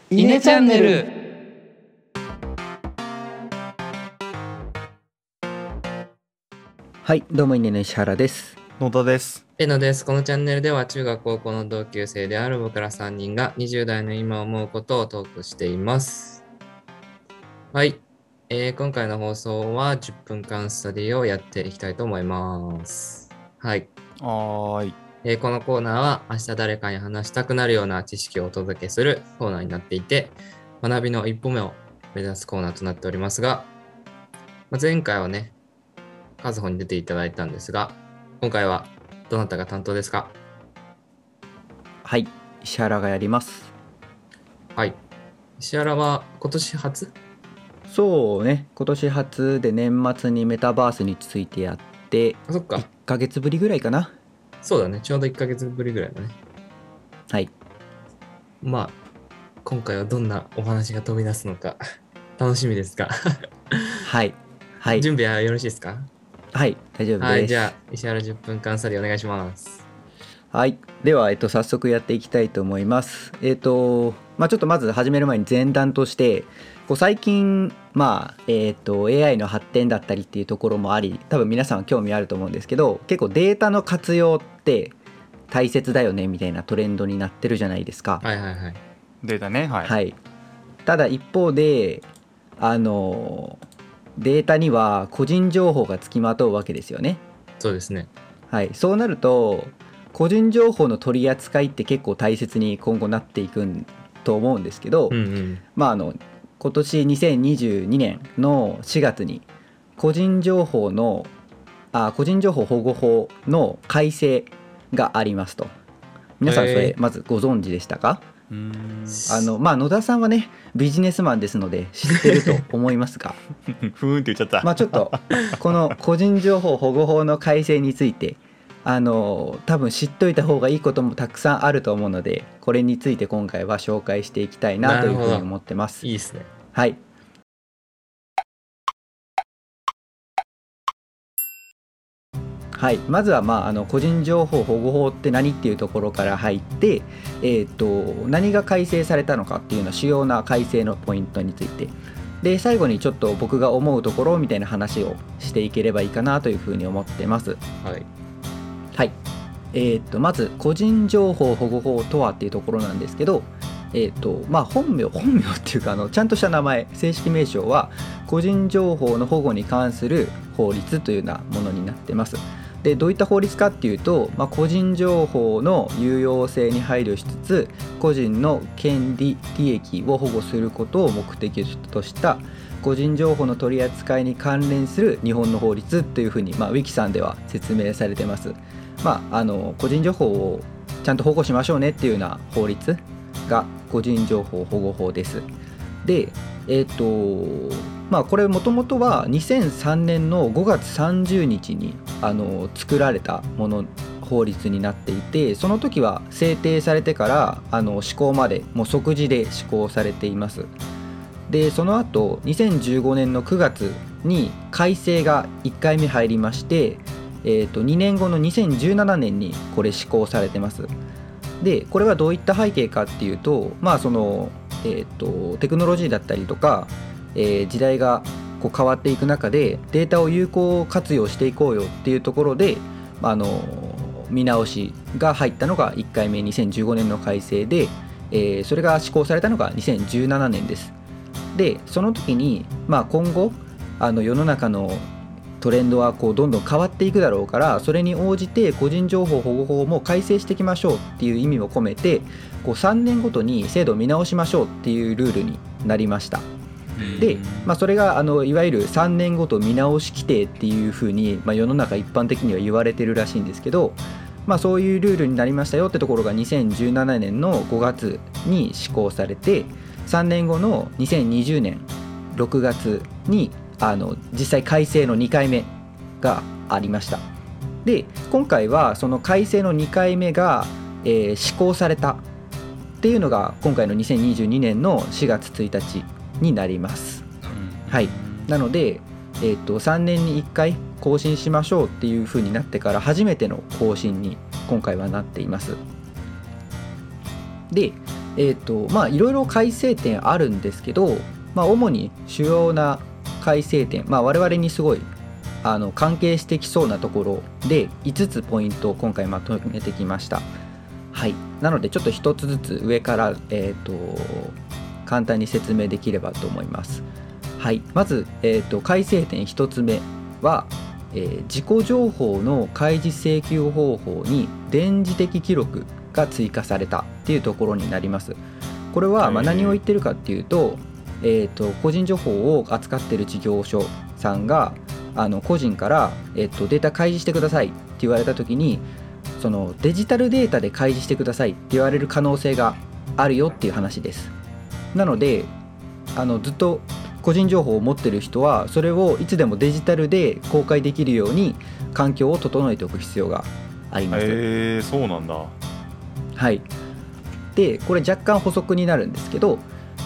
イネチャンネル。 はい、どうもイネの石原です。 野田です。 えのです。このチャンネルでは中学高校の同級生である僕ら3人が20代の今思うことをトークしています。はい、今回の放送は10分間スタディをやっていきたいと思います。はい。 はーい。 このコーナーは明日誰かに話したくなるような知識をお届けするコーナーになっていて、学びの一歩目を目指すコーナーとなっておりますが、前回はね、和穂に出ていただいたんですが、今回はどなたが担当ですか？ はい、石原がやります。 はい。石原は今年初？ そうね、今年初で年末にメタバースについてやってあ、そっか。 1ヶ月ぶりぐらいかな。 そうだね。ちょうど1ヶ月ぶりぐらいだね。 はい。 まあ、今回はどんなお話が飛び出すのか楽しみですがはい。はい。 準備はよろしいですか？ はい、大丈夫です。 はい、じゃあ、石原10分間スタディお願いします。 はい。では、早速やっていきたいと思います。ちょっとまず始める前に前段として、最近、AI の発展だったりっていうところもあり、多分皆さん興味あると思うんですけど、結構データの活用って大切だよねみたいなトレンドになってるじゃないですか。 はいはいはい。 データね。はい。 はい。ただ一方で、データには個人情報がつきまとうわけですよね。 そうですね。 はい。そうなると、個人情報の取り扱いって結構大切に今後なっていくと思うんですけど、 うんうん。 今年2022年の4月に個人情報保護法の改正がありますと。皆さんそれまずご存知でしたか？野田さんはねビジネスマンですので知ってると思いますがふーんって言っちゃった。 ちょっとこの個人情報保護法の改正について多分知っといた方がいいこともたくさんあると思うので、これについて今回は紹介していきたいなというふうに思ってます。 いいですね。 はい。はい、まずは、個人情報保護法って何っていうところから入って、何が改正されたのかっていうの主要な改正のポイントについて、で最後にちょっと僕が思うところみたいな話をしていければいいかなというふうに思ってます。 はい。 はい。まず個人情報保護法とはっていうところなんですけど、本名っていうかちゃんとした名前、正式名称は個人情報の保護に関する法律というようなものになってます。でどういった法律かっていうと、個人情報の有用性に配慮しつつ個人の権利利益を保護することを目的とした個人情報の取り扱いに関連する日本の法律というふうに、ウィキさんでは説明されてます。個人情報をちゃんと保護しましょうねっていうような法律が個人情報保護法です。で、これもともとは2003年の5月30日に作られた法律になっていて、その時は制定されてから施行までもう即時で施行されています。でその後2015年の9月に改正が1回目入りまして、2年後の2017年にこれ施行されてます。でこれはどういった背景かっていうと、テクノロジーだったりとか、時代が変わっていく中でデータを有効活用していこうよっていうところで、見直しが入ったのが1回目2015年の改正で、それが施行されたのが2017年です。でその時に、今後世の中のトレンドはどんどん変わっていくだろうから、それに応じて個人情報保護法も改正していきましょうっていう意味も込めて3年ごとに制度を見直しましょうっていうルールになりました。で、それがいわゆる3年ごと見直し規定っていうふうに、世の中一般的には言われてるらしいんですけど、そういうルールになりましたよってところが2017年の5月に施行されて、3年後の2020年6月に実際改正の2回目がありました。で今回はその改正の2回目が、施行されたっていうのが今回の2022年の4月1日になります。はい。なので、3年に1回更新しましょうっていう風になってから初めての更新に今回はなっています。でいろいろ改正点あるんですけど、主に主要な改正点、我々にすごい関係してきそうなところで5つポイントを今回まとめてきました。はい、なのでちょっと1つずつ上から、簡単に説明できればと思います。はい、まず、改正点1つ目は、自己情報の開示請求方法に電磁的記録が追加されたっていうところになります。これは何を言ってるかっていうと、個人情報を扱っている事業所さんが個人から、データ開示してくださいって言われた時に、そのデジタルデータで開示してくださいって言われる可能性があるよっていう話です。なのでずっと個人情報を持ってる人はそれをいつでもデジタルで公開できるように環境を整えておく必要があります。 そうなんだ。 はい。でこれ若干補足になるんですけど、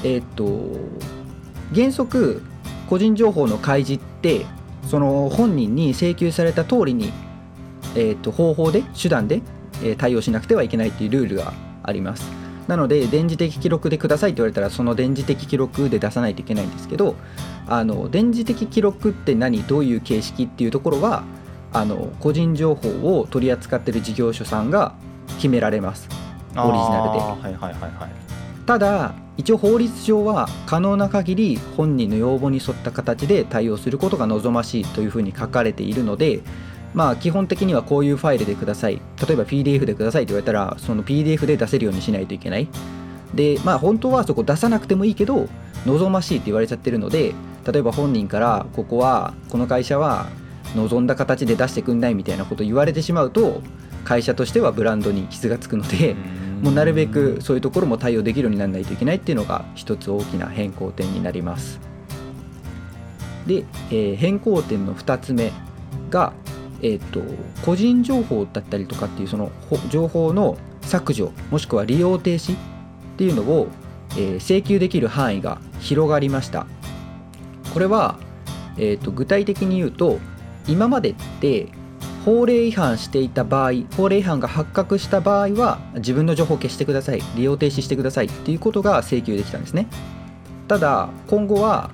原則個人情報の開示ってその本人に請求された通りに、方法で手段で、対応しなくてはいけないっていうルールがあります。なので電磁的記録でくださいって言われたらその電磁的記録で出さないといけないんですけど、電磁的記録ってどういう形式っていうところは個人情報を取り扱っている事業所さんが決められます。オリジナルで。ただ一応法律上は可能な限り本人の要望に沿った形で対応することが望ましいというふうに書かれているので、基本的にはこういうファイルでください、例えば PDF でくださいって言われたらその PDF で出せるようにしないといけない。で本当はそこ出さなくてもいいけど望ましいって言われちゃってるので、例えば本人からこの会社は望んだ形で出してくんないみたいなことを言われてしまうと会社としてはブランドに傷がつくので、もうなるべくそういうところも対応できるようにならないといけないっていうのが一つ大きな変更点になります。で、変更点の2つ目が、個人情報だったりとかっていうその情報の削除もしくは利用停止っていうのを、請求できる範囲が広がりました。これは、具体的に言うと今までって法令違反していた場合、法令違反が発覚した場合は自分の情報を消してください、利用停止してくださいっていうことが請求できたんですね。ただ今後は、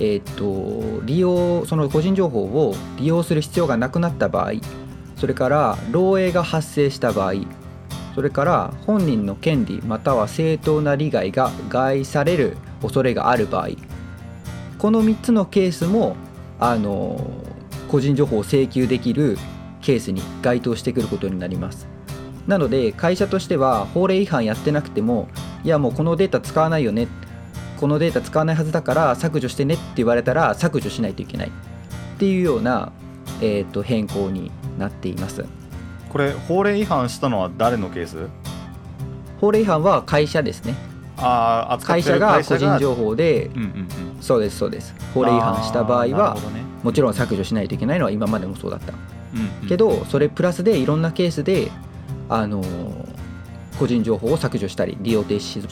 その個人情報を利用する必要がなくなった場合、それから漏洩が発生した場合、それから本人の権利または正当な利害が害される恐れがある場合、この3つのケースも個人情報を請求できるケースに該当してくることになります。なので会社としては法令違反やってなくても、いやもうこのデータ使わないよね、このデータ使わないはずだから削除してねって言われたら削除しないといけないっていうような、変更になっています。 これ法令違反したのは誰のケース？ 法令違反は会社ですね。会社が個人情報で、そうですそうです。法令違反した場合は、もちろん削除しないといけないのは今までもそうだった、けどそれプラスでいろんなケースで個人情報を削除したり利用停止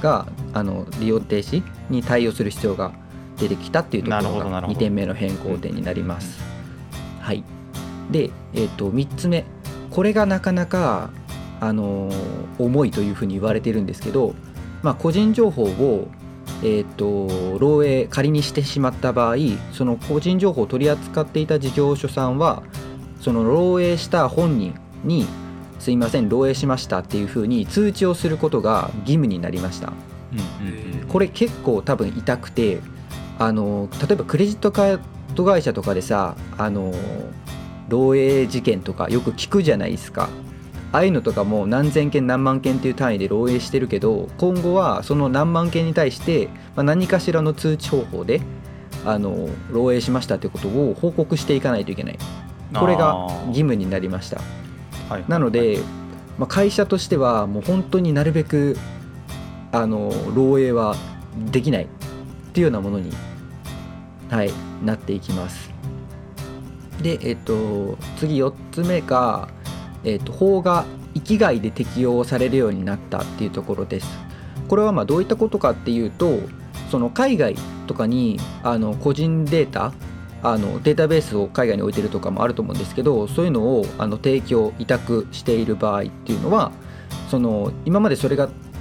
に対応する必要が出てきたっていうところが2点目の変更点になります。はい。で、3つ目、これがなかなか重いというふうに言われているんですけど、個人情報を漏洩仮にしてしまった場合、その個人情報を取り扱っていた事業所さんはその漏洩した本人にすいません漏洩しましたっていうふうに通知をすることが義務になりました。これ結構多分痛くて、例えばクレジットカード会社とかでさ漏洩事件とかよく聞くじゃないですか。ああいうのとかも何千件何万件っていう単位で漏洩してるけど、今後はその何万件に対して、何かしらの通知方法で漏洩しましたってことを報告していかないといけない。これが義務になりました。なので、会社としてはもう本当になるべく漏洩はできないっていうようなものに、なっていきます。で、次4つ目が法が域外で適用されるようになったっていうところです。これはどういったことかっていうと、その海外とかに個人データデータベースを海外に置いてるとかもあると思うんですけど、そういうのを提供委託している場合っていうのは、その今までそれが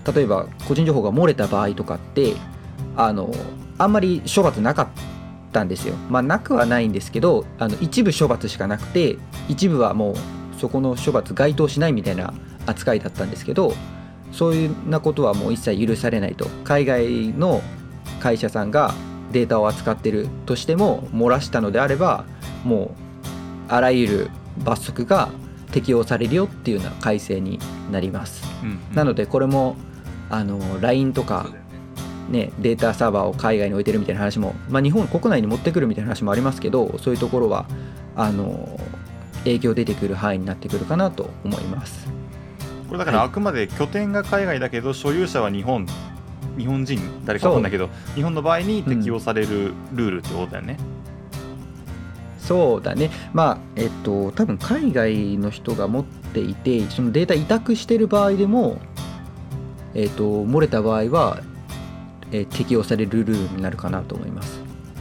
例えば個人情報が漏れた場合とかってあんまり処罰なかったんですよ。なくはないんですけど一部処罰しかなくて一部はもうそこの処罰該当しないみたいな扱いだったんですけど、そういうなことはもう一切許されないと。海外の会社さんがデータを扱ってるとしても漏らしたのであればもうあらゆる罰則が適用されるよっていうような改正になります、なのでこれもLINE とか、ね、データサーバーを海外に置いてるみたいな話も、日本国内に持ってくるみたいな話もありますけど、そういうところは影響出てくる範囲になってくるかなと思います。 これだからあくまで拠点が海外だけど所有者は日本人誰か分かんないけど日本の場合に適用されるルールってことだよね。 そうだね。多分海外の人が持っていてそのデータ委託してる場合でも漏れた場合は、適用されるルールになるかなと思います。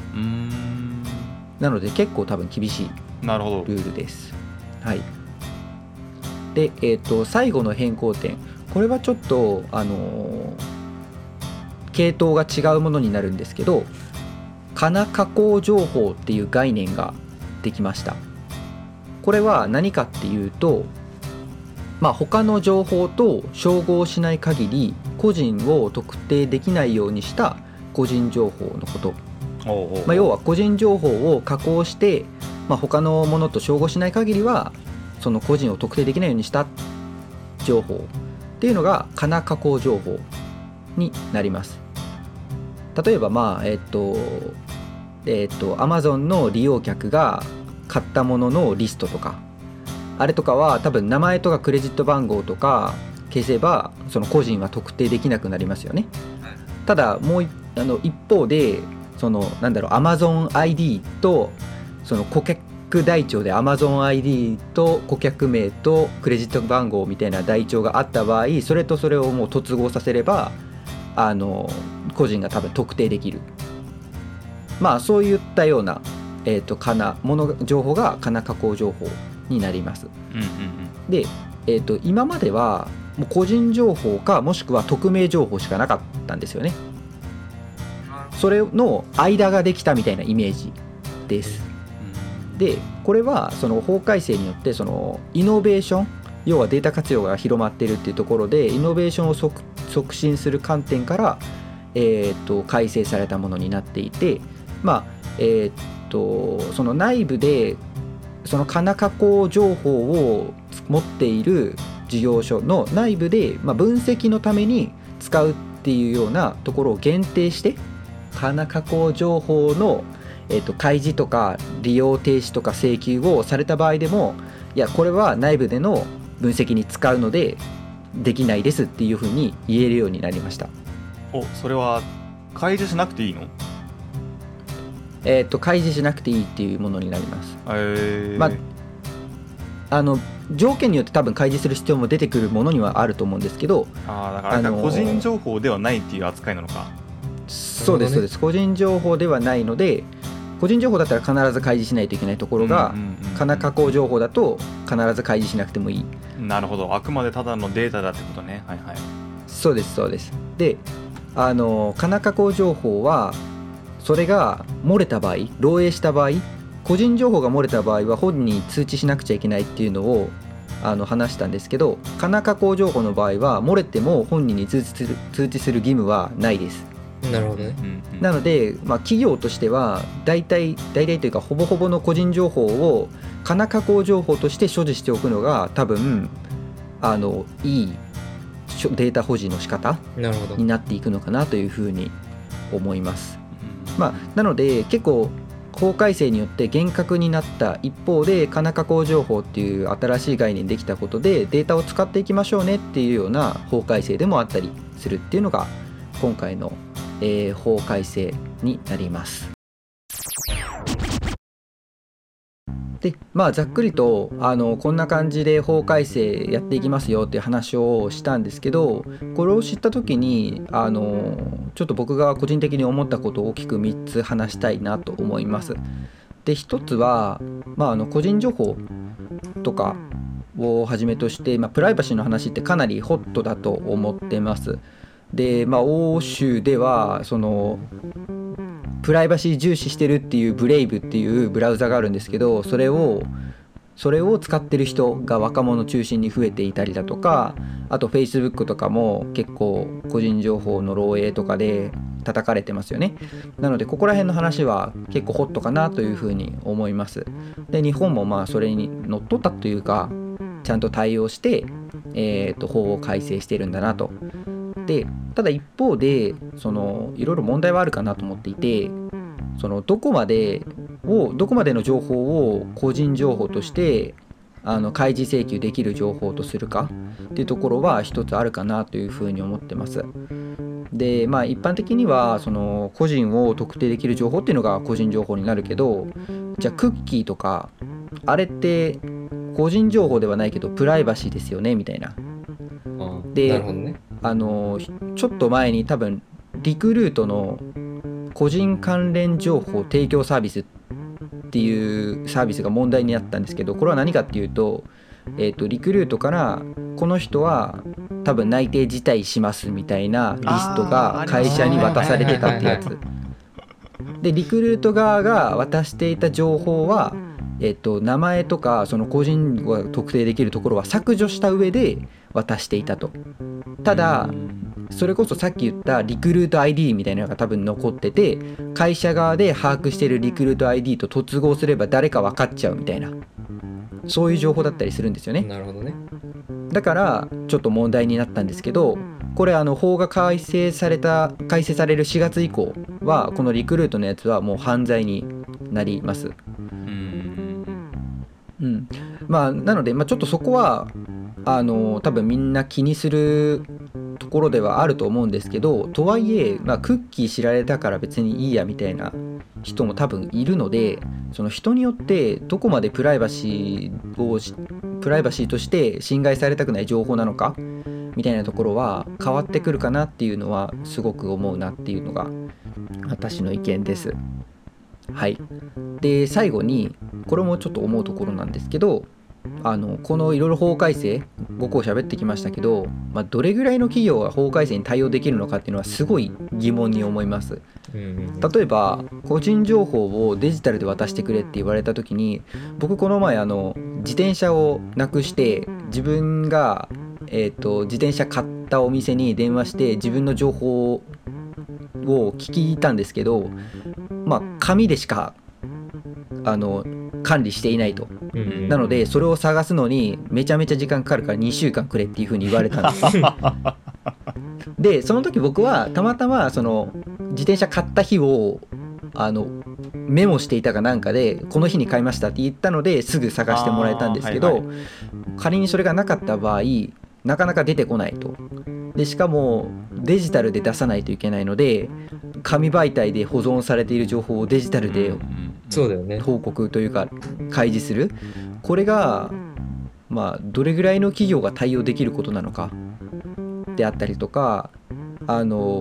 なので結構多分厳しいルールです。はい。で、最後の変更点、これはちょっと系統が違うものになるんですけど、カナ加工情報っていう概念ができました。これは何かっていうと、他の情報と照合しない限り個人を特定できないようにした個人情報のこと。要は個人情報を加工して、他のものと照合しない限りはその個人を特定できないようにした情報っていうのがカナ加工情報になります。例えばAmazon の利用客が買ったもののリストとか、あれとかは多分名前とかクレジット番号とか消せばその個人は特定できなくなりますよね。ただもう一方でAmazon ID とその顧客台帳で Amazon ID と顧客名とクレジット番号みたいな台帳があった場合、それとそれをもう突合させれば個人が多分特定できる。そういったような情報がカナ加工情報になります。で、今まではもう個人情報かもしくは匿名情報しかなかったんですよね。それの間ができたみたいなイメージです。でこれはその法改正によってそのイノベーション、要はデータ活用が広まっているっていうところでイノベーションを促進する観点から、改正されたものになっていて、その内部でそのカナ加工情報を持っている事業所の内部で、分析のために使うっていうようなところを限定して、カナ加工情報の、開示とか利用停止とか請求をされた場合でも、いやこれは内部での分析に使うのでできないですっていうふうに言えるようになりました。 それは開示しなくていいの？ 開示しなくていいっていうものになります。条件によって多分開示する必要も出てくるものにはあると思うんですけど、 だから個人情報ではないっていう扱いなのか。 そうですそうです。個人情報ではないので、個人情報だったら必ず開示しないといけないところが、カナ加工情報だと必ず開示しなくてもいい。 なるほど。あくまでただのデータだってことね。はいはい。 そうですそうです。でカナ加工情報はそれが漏れた場合、漏洩した場合、個人情報が漏れた場合は本人に通知しなくちゃいけないっていうのを話したんですけど、カナ加工情報の場合は漏れても本人に通知する義務はないです。 なるほどね。 なので、企業としては大体というかほぼほぼの個人情報をカナ加工情報として所持しておくのが多分いいデータ保持の仕方になっていくのかなというふうに思います。なので結構法改正によって厳格になった一方で、カナ加工情報っていう新しい概念できたことでデータを使っていきましょうねっていうような法改正でもあったりするっていうのが今回の、法改正になります。でざっくりとこんな感じで法改正やっていきますよっていう話をしたんですけど、これを知った時にちょっと僕が個人的に思ったことを大きく3つ話したいなと思います。で1つは、個人情報とかをはじめとして、プライバシーの話ってかなりホットだと思ってます。で、欧州ではそのプライバシー重視してるっていうブレイブっていうブラウザがあるんですけど、それを使ってる人が若者中心に増えていたりだとか、あと Facebook とかも結構個人情報の漏洩とかで叩かれてますよね。なのでここら辺の話は結構ホットかなというふうに思います。で、日本もそれにのっとったというか、ちゃんと対応して、法を改正してるんだなと。で、ただ一方でいろいろ問題はあるかなと思っていて、どこまでの情報を個人情報として開示請求できる情報とするかっていうところは一つあるかなというふうに思ってます。で、一般的には個人を特定できる情報っていうのが個人情報になるけど、じゃあクッキーとかあれって個人情報ではないけどプライバシーですよねみたいな。で、 なるほどね。 ちょっと前に多分リクルートの個人関連情報提供サービスっていうサービスが問題になったんですけど、これは何かっていうと、リクルートからこの人は多分内定辞退しますみたいなリストが会社に渡されてたってやつで、リクルート側が渡していた情報は、名前とかその個人が特定できるところは削除した上で渡していたと。ただそれこそさっき言ったリクルート ID みたいなのが多分残ってて、会社側で把握しているリクルート ID と突合すれば誰か分かっちゃうみたいな、そういう情報だったりするんですよね。 なるほどね。 だからちょっと問題になったんですけど、これ法が改正される4月以降はこのリクルートのやつはもう犯罪になります。なので、ちょっとそこは多分みんな気にするところではあると思うんですけど、とはいえ、クッキー知られたから別にいいやみたいな人も多分いるので、その人によってどこまでプライバシーとして侵害されたくない情報なのかみたいなところは変わってくるかなっていうのはすごく思うなっていうのが私の意見です。はい。で、最後にこれもちょっと思うところなんですけど、このいろいろ法改正5個喋ってきましたけど、どれぐらいの企業が法改正に対応できるのかっていうのはすごい疑問に思います。例えば個人情報をデジタルで渡してくれって言われた時に、僕この前自転車をなくして自分が、自転車買ったお店に電話して自分の情報を聞いたんですけど、紙でしか管理していないと。なのでそれを探すのにめちゃめちゃ時間かかるから2週間くれっていう風に言われたんですで、その時僕はたまたまその自転車買った日をメモしていたかなんかで、この日に買いましたって言ったのですぐ探してもらえたんですけど、仮にそれがなかった場合なかなか出てこないと。でしかもデジタルで出さないといけないので、紙媒体で保存されている情報をデジタルで報告というか開示する、これがどれぐらいの企業が対応できることなのかであったりとか、例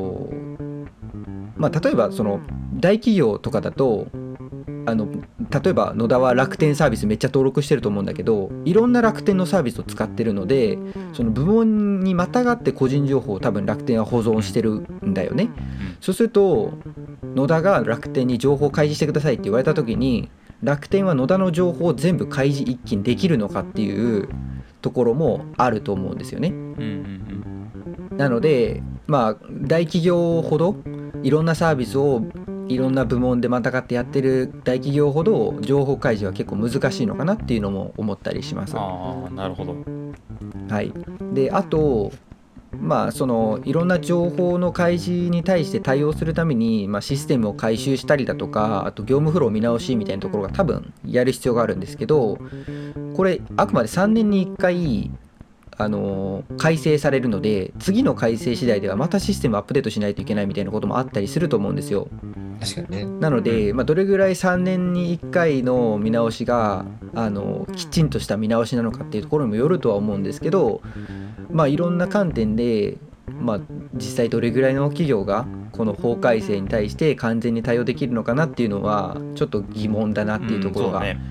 えばその大企業とかだと例えば野田は楽天サービスめっちゃ登録してると思うんだけど、いろんな楽天のサービスを使ってるので、その部門にまたがって個人情報を多分楽天は保存してるんだよね。そうすると野田が楽天に情報を開示してくださいって言われた時に、楽天は野田の情報を全部開示一気にできるのかっていうところもあると思うんですよね。なので大企業ほどいろんなサービスをいろんな部門でまたがってやってる大企業ほど情報開示は結構難しいのかなっていうのも思ったりします。 なるほど。 はい。で、あとそのいろんな情報の開示に対して対応するために、システムを改修したりだとか、あと業務フロー見直しみたいなところが多分やる必要があるんですけど、これあくまで3年に1回改正されるので、次の改正次第ではまたシステムアップデートしないといけないみたいなこともあったりすると思うんですよ。 確かにね。なので、どれぐらい3年に1回の見直しがきちんとした見直しなのかっていうところにもよるとは思うんですけど、いろんな観点で、実際どれぐらいの企業がこの法改正に対して完全に対応できるのかなっていうのはちょっと疑問だなっていうところが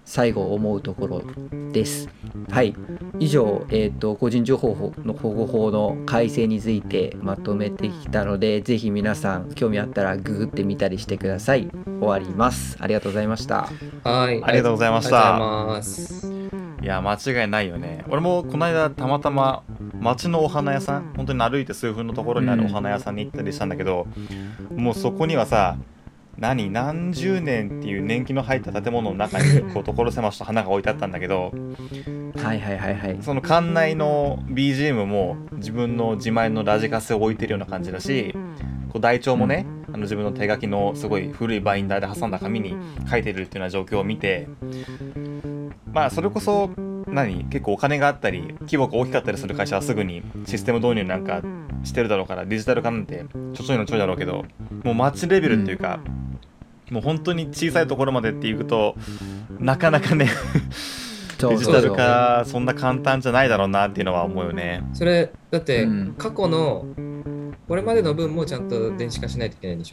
最後思うところです。はい、以上、個人情報の保護法の改正についてまとめてきたので、ぜひ皆さん興味あったらググってみたりしてください。終わります。ありがとうございました。 はい、 ありがとうございました。 ありがとうございます。 いや、間違いないよね。俺もこの間たまたま町のお花屋さん、本当に歩いて数分のところにあるお花屋さんに行ったりしたんだけど、もうそこにはさ、何十年っていう年季の入った建物の中にこう所狭しと花が置いてあったんだけど、 はいはいはいはい。 その館内の BGM も自分の自前のラジカセを置いてるような感じだし、こう台帳もね、自分の手書きのすごい古いバインダーで挟んだ紙に書いてるっていうような状況を見て、まあそれこそ結構お金があったり規模が大きかったりする会社はすぐにシステム導入なんかしてるだろうから、デジタル化なんてちょちょいのちょいだろうけど、もう街レベルっていうか、もう本当に小さいところまでっていくとなかなかねデジタル化そんな簡単じゃないだろうなっていうのは思うよね。 それだって過去のこれまでの分もちゃんと電子化しないといけないんでしょ。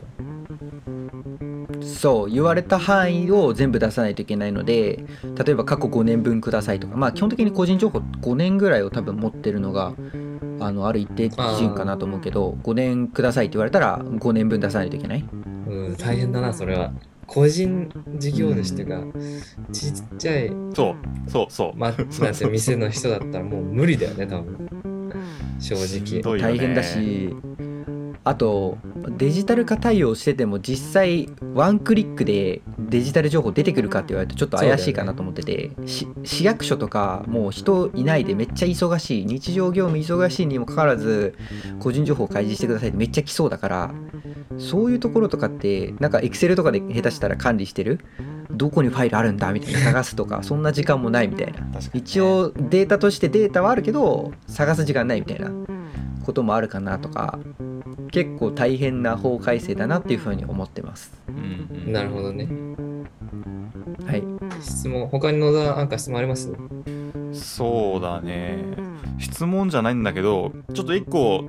そう言われた範囲を全部出さないといけないので、例えば過去5年分くださいとか、まあ基本的に個人情報5年ぐらいを多分持ってるのがある一定基準かなと思うけど、5年くださいって言われたら5年分出さないといけない。 大変だなそれは。個人事業主っていうか、ちっちゃいマッチなんて店の人だったらもう無理だよね多分。正直大変だし、あとデジタル化対応してても実際ワンクリックでデジタル情報出てくるかって言われるとちょっと怪しいかなと思ってて、市役所とかもう人いないでめっちゃ忙しい、日常業務忙しいにもかかわらず個人情報開示してくださいってめっちゃ来そうだから、そういうところとかってなんかエクセルとかで下手したら管理してる、どこにファイルあるんだみたいな探すとかそんな時間もないみたいな、一応データとしてデータはあるけど探す時間ないみたいなこともあるかなとか、結構大変な法改正だなっていうふうに思ってます。 なるほどね。 はい。 質問、他に野田なんか質問あります？ そうだね。質問じゃないんだけど、ちょっと一個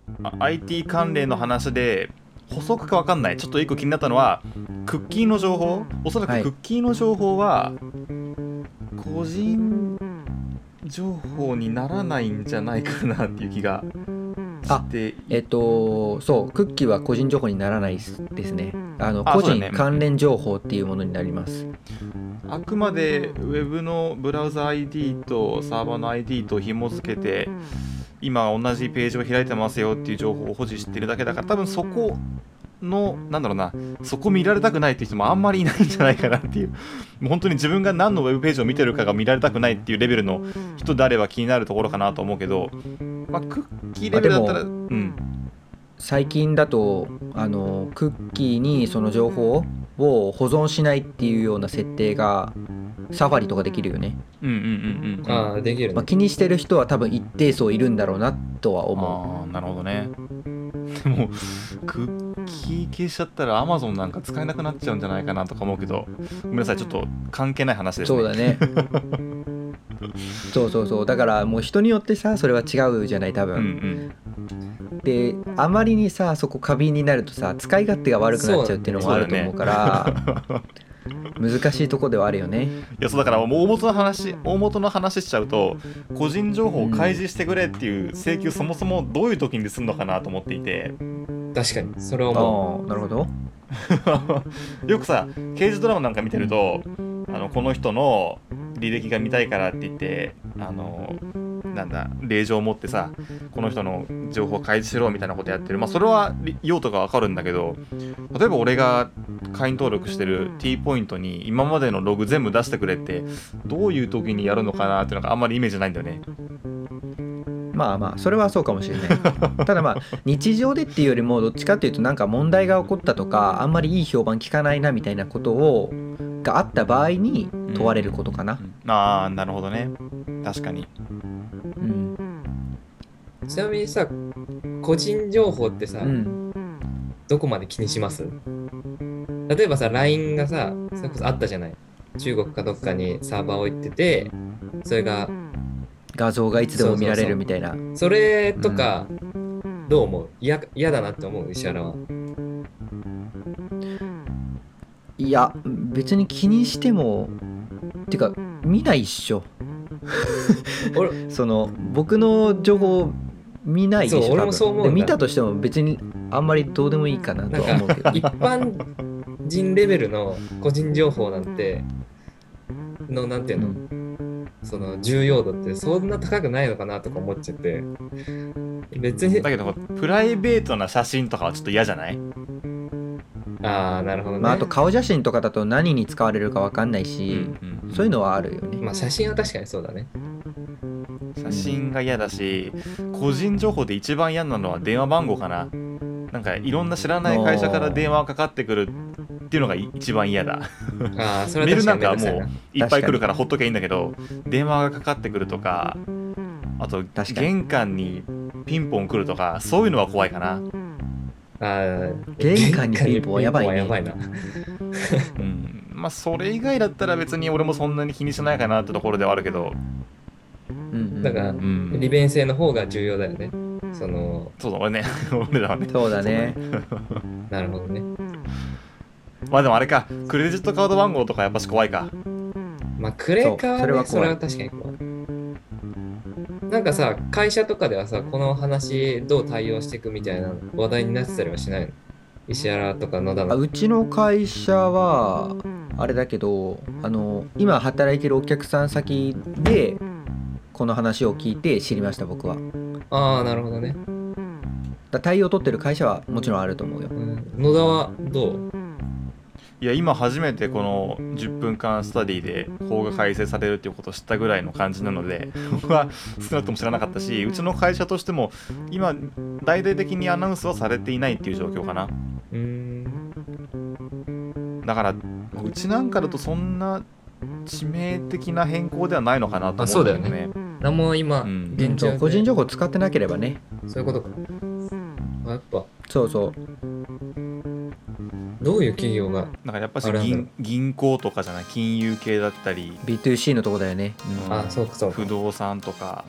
IT 関連の話で補足か分かんない。ちょっと一個気になったのはクッキーの情報。おそらくクッキーの情報は個人情報にならないんじゃないかなっていう気がして。 そうクッキーは個人情報にならないですね。個人関連情報っていうものになります。 あくまでウェブのブラウザ ID とサーバーの ID と紐付けて今同じページを開いてますよっていう情報を保持してるだけだから、多分そこのそこ見られたくないっていう人もあんまりいないんじゃないかなっていう、もう本当に自分が何のウェブページを見てるかが見られたくないっていうレベルの人であれば気になるところかなと思うけど、まあ、クッキーレベルだったら最近だとクッキーにその情報を保存しないっていうような設定がサファリとかできるよね。 ああできる、ね。 気にしてる人は多分一定数いるんだろうなとは思う。なるほどね。でもクッキー消しちゃったら Amazon なんか使えなくなっちゃうんじゃないかなとか思うけど、ごめんなさい、ちょっと関係ない話ですね。 そうだねそうだからもう人によってさそれは違うじゃない多分、であまりにさそこ過敏になるとさ使い勝手が悪くなっちゃうっていうのもあると思うから、難しいとこではあるよね。 いやそうだから大元の話しちゃうと、個人情報を開示してくれっていう請求そもそもどういう時にするのかなと思っていて。 確かにそれは思う。なるほどよくさ刑事ドラマなんか見てるとこの人の履歴が見たいからって言って令状を持ってさこの人の情報を開示しろみたいなことやってる。まあそれは用途がわかるんだけど、例えば俺が会員登録してる T ポイントに今までのログ全部出してくれってどういう時にやるのかなっていうのがあんまりイメージないんだよね。 まあそれはそうかもしれないただ日常でっていうよりもどっちかっていうとなんか問題が起こったとかあんまりいい評判聞かないなみたいなことがあった場合に問われることかな。 ああなるほどね。確かに。 ちなみにさ個人情報ってさ、どこまで気にします？例えばさ LINE がさそれこそあったじゃない、中国かどっかにサーバー置いててそれが画像がいつでも見られるみたいな。 それとか、どう思う？嫌だなって思う？石原は。 いや別に気にしてもてか見ないっしょ俺その僕の情報見ないでしょ。 そう俺もそう思うんだで見たとしても別にあんまりどうでもいいかなとは思うけど、 一般人レベルの個人情報なんてのなんていうの、その重要度ってそんな高くないのかなとか思っちゃって、別にだけどプライベートな写真とかはちょっと嫌じゃない？ ああなるほどね、 まあ、あと顔写真とかだと何に使われるか分かんないし、そういうのはあるよね。 まあ写真は確かにそうだね。 写真が嫌だし、個人情報で一番嫌なのは電話番号かな。なんかいろんな知らない会社から電話がかかってくるっていうのが一番嫌だ。 ああそれはメールなんか確かにめんどくさいな。 もういっぱい来るからほっときゃいいんだけど、電話がかかってくるとか、あと確かに玄関にピンポン来るとか、そういうのは怖いかな。 玄関にピンポンはやばいね。 やばいな。 まあそれ以外だったら別に俺もそんなに気にしないかなってところではあるけど、 だから、利便性の方が重要だよね。そのそうだ俺ね俺らはね。 そうだね。 なるほどね。 まあでもあれか、クレジットカード番号とかやっぱし怖いか。 まあクレカはね、それは確かに怖い。なんかさ、会社とかではさ、この話どう対応していくみたいな話題になってたりはしないの？石原とか野田の。 うちの会社はあれだけど、今働いてるお客さん先でこの話を聞いて知りました、僕は。 ああなるほどね。 対応取ってる会社はもちろんあると思うよ。 野田はどう？ いや今初めてこの10分間スタディで法が改正されるっていうことを知ったぐらいの感じなので、僕は少なくとも知らなかったし、うちの会社としても今大々的にアナウンスはされていないっていう状況かな。だからうちなんかだとそんな致命的な変更ではないのかなと思うんだけどね。 そうだよね。何も今、現状で個人情報使ってなければね。 そういうことか。やっぱそうそう。 どういう企業がだからやっぱり銀行とかじゃない、金融系だったり B2C のとこだよね。 そうかそうか。 不動産とか、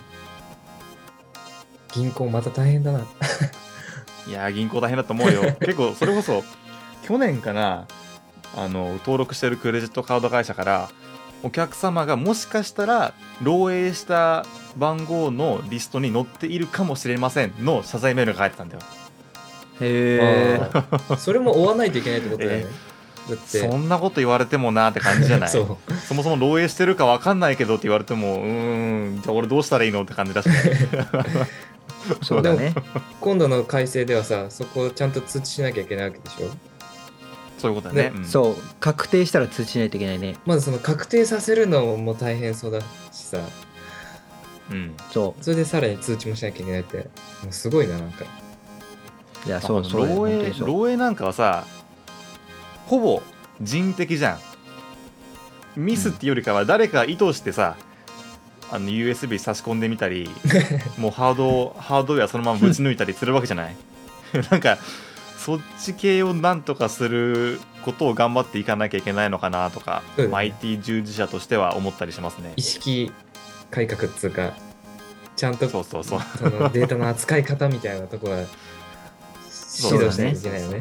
銀行また大変だな。 いや銀行大変だと思うよ。結構それこそ去年かな、登録してるクレジットカード会社からお客様がもしかしたら漏洩した番号のリストに載っているかもしれませんの謝罪メールが返ってたんだよ。 へえ。 それも追わないといけないってことだよね。だってそんなこと言われてもなって感じじゃない。そもそも漏洩してるか分かんないけどって言われてもじゃあ俺どうしたらいいのって感じだしね。 そうだね。 今度の改正ではさ、そこをちゃんと通知しなきゃいけないわけでしょ。 そういうことだね。 そう確定したら通知しないといけないね。 まずその確定させるのも大変そうだしさ、 そうそれでさらに通知もしなきゃいけないってもうすごいな。なんかいやそう漏洩なんかはさほぼ人的じゃん。ミスっていうよりかは誰か意図してさ、USB 差し込んでみたりもうハードウェアそのままぶち抜いたりするわけじゃない。なんかそっち系をなんとかすることを頑張っていかなきゃいけないのかなとか、IT 従事者としては思ったりしますね。 意識改革っつうか、ちゃんとそうそのデータの扱い方みたいなところは指導しなきゃいけないよね。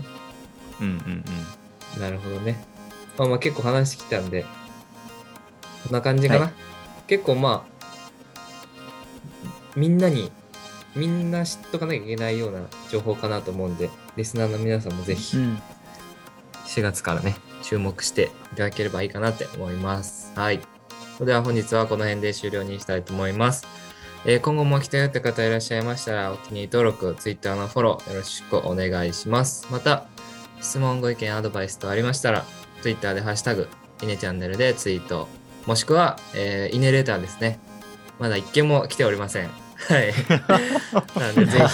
なるほどね。まあ結構話してきたんでこんな感じかな。結構まあみんな知っとかなきゃいけないような情報かなと思うんで、リスナーの皆さんもぜひ4月からね注目していただければいいかなって思います。はい。それでは本日はこの辺で終了にしたいと思います。今後も来たよって方いらっしゃいましたらお気に入り登録、Twitter のフォローよろしくお願いします。また質問ご意見アドバイスとありましたら Twitter でハッシュタグイネチャンネルでツイート、もしくは、イネレーターですね。まだ一件も来ておりません。はい。なのでぜひ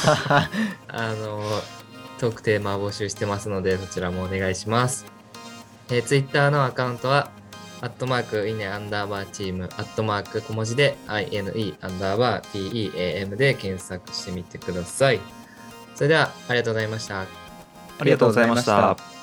トークテーマを募集してますのでそちらもお願いします。Twitter のアカウントはイネチーム小文字で INE_TEAM で検索してみてください。それではありがとうございました。 ありがとうございました。